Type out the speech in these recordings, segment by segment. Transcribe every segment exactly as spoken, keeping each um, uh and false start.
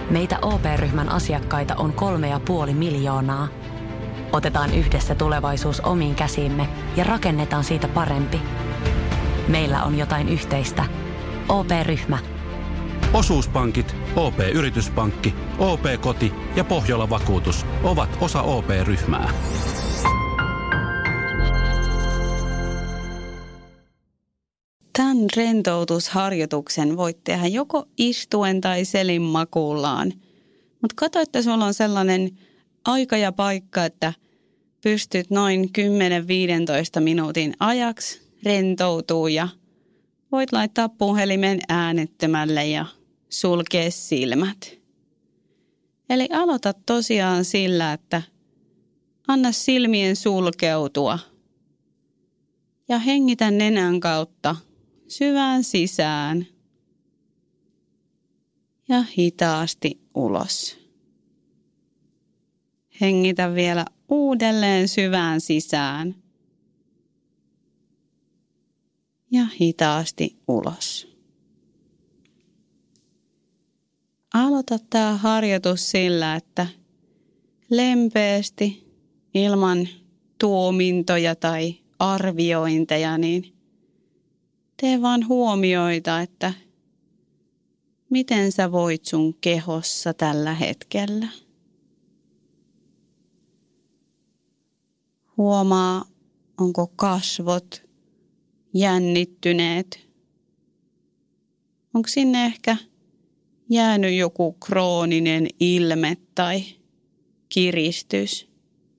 Meitä O P-ryhmän asiakkaita on kolme ja puoli miljoonaa. Otetaan yhdessä tulevaisuus omiin käsiimme ja rakennetaan siitä parempi. Meillä on jotain yhteistä. O P-ryhmä. Osuuspankit, O P-yrityspankki, O P-koti ja Pohjola-vakuutus ovat osa O P-ryhmää. Tämän rentoutusharjoituksen voit tehdä joko istuen tai selin makuullaan. Mutta katso, että sulla on sellainen aika ja paikka, että pystyt noin kymmenen viisitoista minuutin ajaksi rentoutuu ja voit laittaa puhelimen äänettömälle ja sulkea silmät. Eli aloita tosiaan sillä, että anna silmien sulkeutua ja hengitä nenän kautta syvään sisään ja hitaasti ulos. Hengitä vielä uudelleen syvään sisään ja hitaasti ulos. Aloita tämä harjoitus sillä, että lempeästi ilman tuomintoja tai arviointeja, niin tee vaan huomioita, että miten sä voit sun kehossa tällä hetkellä. Huomaa, onko kasvot jännittyneet. Onko sinne ehkä jäänyt joku krooninen ilme tai kiristys.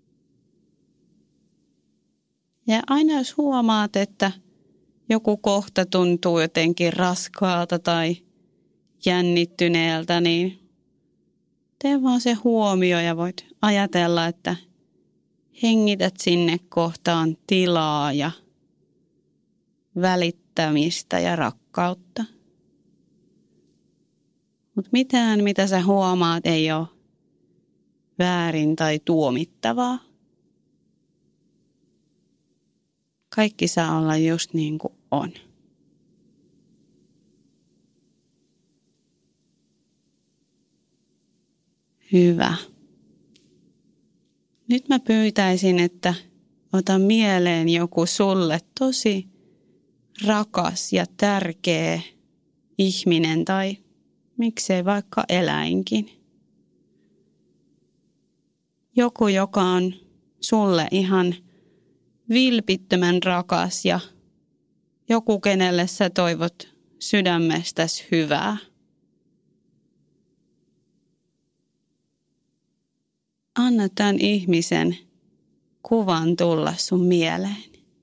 Ja aina jos huomaat, että joku kohta tuntuu jotenkin raskaalta tai jännittyneeltä, niin tee vaan se huomio ja voit ajatella, että hengität sinne kohtaan tilaa ja välittämistä ja rakkautta. Mutta mitään, mitä sä huomaat, ei ole väärin tai tuomittavaa. Kaikki saa olla just niin kuin on. Hyvä. Nyt mä pyytäisin, että ota mieleen joku sulle tosi rakas ja tärkeä ihminen tai miksei vaikka eläinkin. Joku, joka on sulle ihan vilpittömän rakas ja joku, kenelle sä toivot sydämestäsi hyvää. Anna tämän ihmisen kuvan tulla sun mieleen.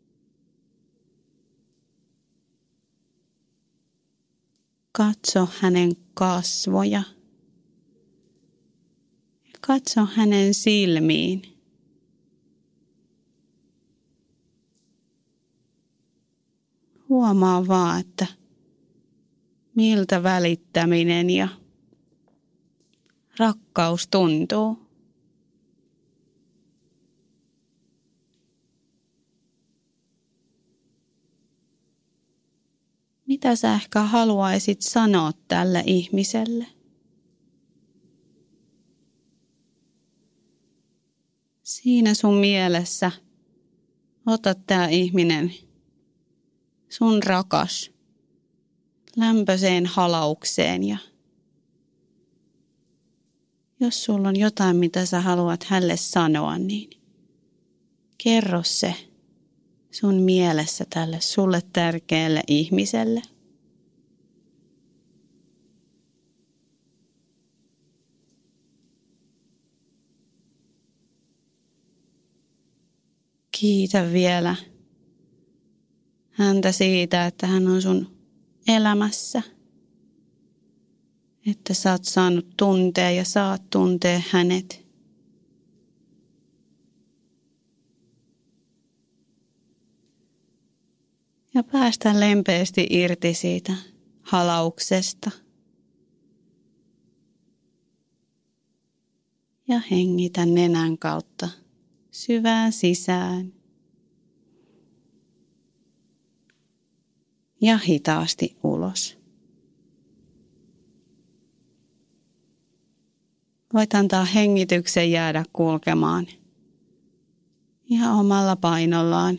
Katso hänen kasvoja. Katso hänen silmiin. Huomaa vaan, että miltä välittäminen ja rakkaus tuntuu. Mitä sä ehkä haluaisit sanoa tälle ihmiselle? Siinä sun mielessä ota tää ihminen, sun rakas, lämpöiseen halaukseen ja jos sulla on jotain, mitä sä haluat hänelle sanoa, niin kerro se sun mielessä tälle sulle tärkeälle ihmiselle. Kiitä vielä häntä siitä, että hän on sun elämässä. Että sä oot saanut tuntea ja saat tuntea hänet. Ja päästä lempeästi irti siitä halauksesta. Ja hengitä nenän kautta syvään sisään. Ja hitaasti ulos. Voit antaa hengityksen jäädä kulkemaan ihan omalla painollaan.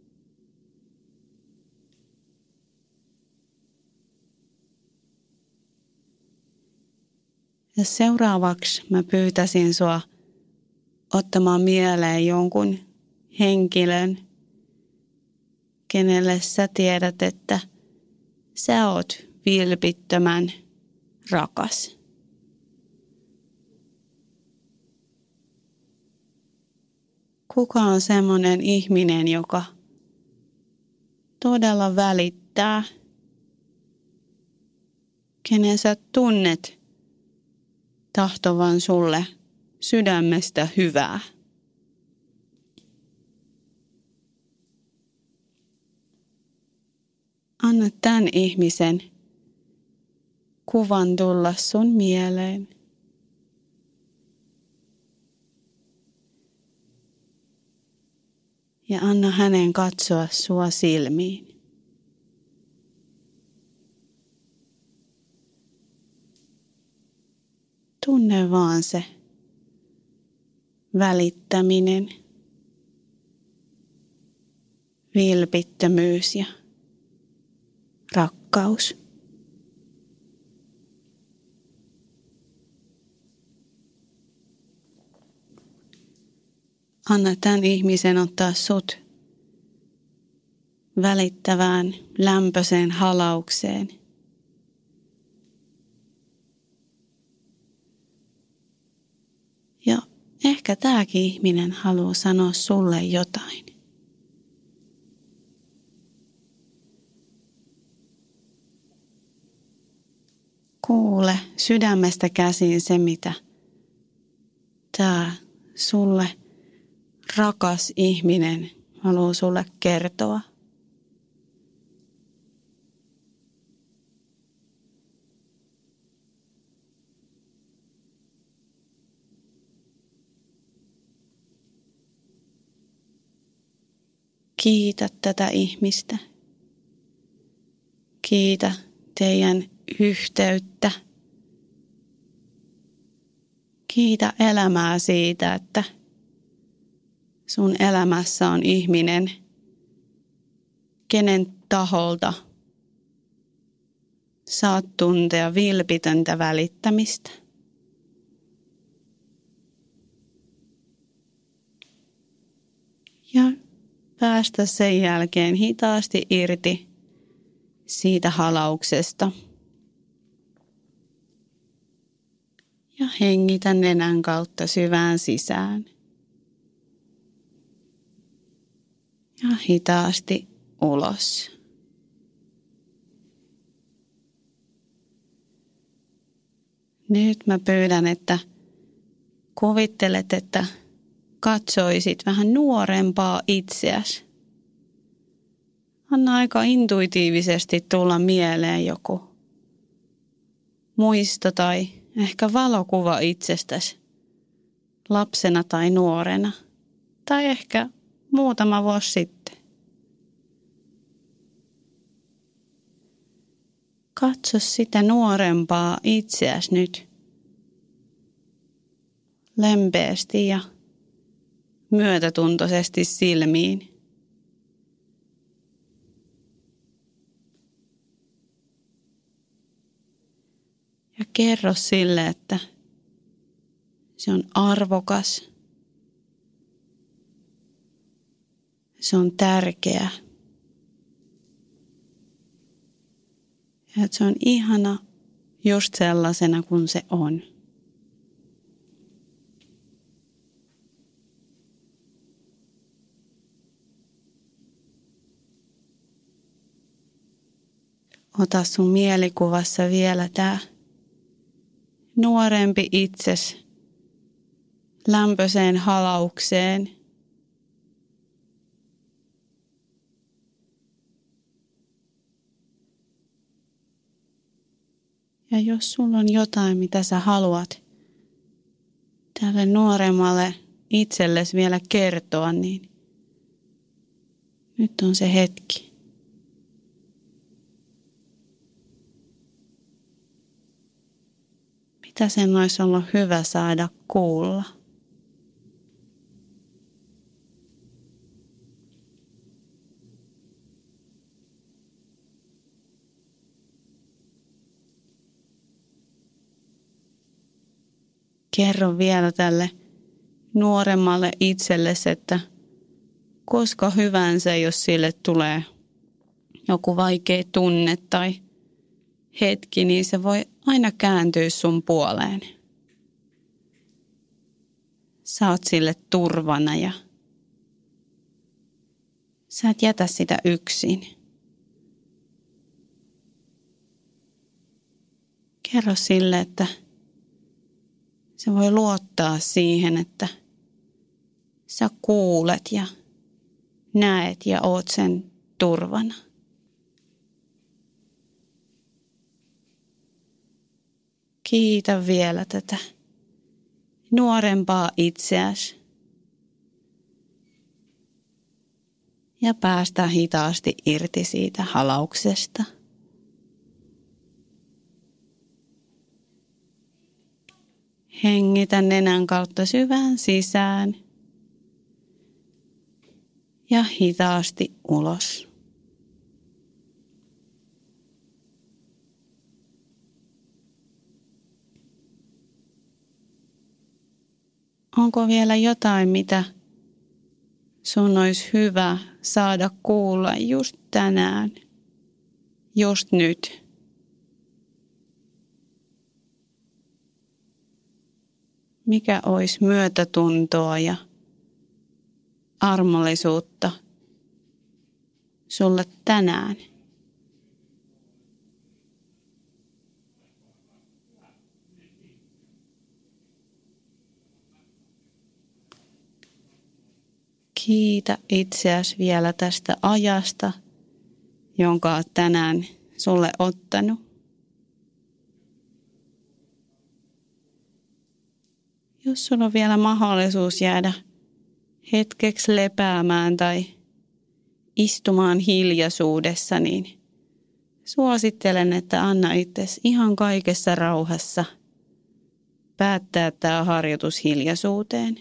Ja seuraavaksi mä pyytäisin sua ottamaan mieleen jonkun henkilön, kenelle sä tiedät, että sä oot vilpittömän rakas. Kuka on semmoinen ihminen, joka todella välittää, kenen sä tunnet tahtovan sulle sydämestä hyvää? Anna tämän ihmisen kuvan tulla sun mieleen. Ja anna hänen katsoa sua silmiin. Tunne vaan se välittäminen, vilpittömyys ja rakkaus. Anna tämän ihmisen ottaa sut välittävään, lämpöiseen halaukseen. Ja ehkä tämäkin ihminen haluaa sanoa sulle jotain. Kuule sydämestä käsin se, mitä tämä sulle rakas ihminen haluaa sulle kertoa. Kiitä tätä ihmistä. Kiitä teidän yhteyttä. Kiitä elämää siitä, että sun elämässä on ihminen, kenen taholta saat tuntea vilpitöntä välittämistä. Ja päästä sen jälkeen hitaasti irti siitä halauksesta. Ja hengitä nenän kautta syvään sisään. Ja hitaasti ulos. Nyt mä pyydän, että kuvittelet, että katsoisit vähän nuorempaa itseäsi. Anna aika intuitiivisesti tulla mieleen joku muisto tai ehkä valokuva itsestäsi lapsena tai nuorena. Tai ehkä muutama vuosi sitten. Katso sitä nuorempaa itseäsi nyt lempeästi ja myötätuntoisesti silmiin. Ja kerro sille, että se on arvokas. Se on tärkeä. Ja että se on ihana just sellaisena kuin se on. Ota sun mielikuvassa vielä tää nuorempi itses lämpöiseen halaukseen. Ja jos sulla on jotain, mitä sä haluat tälle nuoremmalle itsellesi vielä kertoa, niin nyt on se hetki. Mitä sen olisi ollut hyvä saada kuulla? Kerro vielä tälle nuoremmalle itsellesi, että koska hyvänsä, jos sille tulee joku vaikea tunne tai hetki, niin se voi aina kääntyä sun puoleen. Sä oot sille turvana ja sä et jätä sitä yksin. Kerro sille, että se voi luottaa siihen, että sä kuulet ja näet ja oot sen turvana. Kiitä vielä tätä nuorempaa itseäsi. Ja päästä hitaasti irti siitä halauksesta. Hengitä nenän kautta syvään sisään ja hitaasti ulos. Onko vielä jotain, mitä sun olisi hyvä saada kuulla just tänään, just nyt? Mikä olisi myötätuntoa ja armollisuutta sulle tänään? Kiitä itseäsi vielä tästä ajasta, jonka olet tänään sulle ottanut. Jos sulla on vielä mahdollisuus jäädä hetkeksi lepäämään tai istumaan hiljaisuudessa, niin suosittelen, että anna itsesi ihan kaikessa rauhassa päättää tämä harjoitus hiljaisuuteen.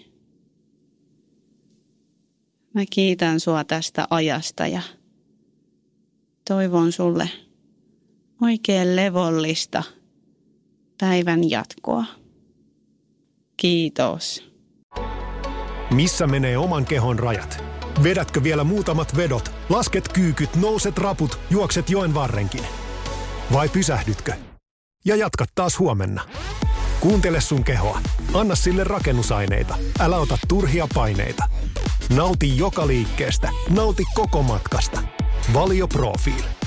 Mä kiitän sua tästä ajasta ja toivon sulle oikein levollista päivän jatkoa. Kiitos. Missä menee oman kehon rajat? Vedätkö vielä muutamat vedot, lasket kyykyt, nouset raput, juokset joen varrenkin? Vai pysähdytkö? Ja jatkat taas huomenna. Kuuntele sun kehoa. Anna sille rakennusaineita. Älä ota turhia paineita. Nauti joka liikkeestä. Nauti koko matkasta. Valio Profiil.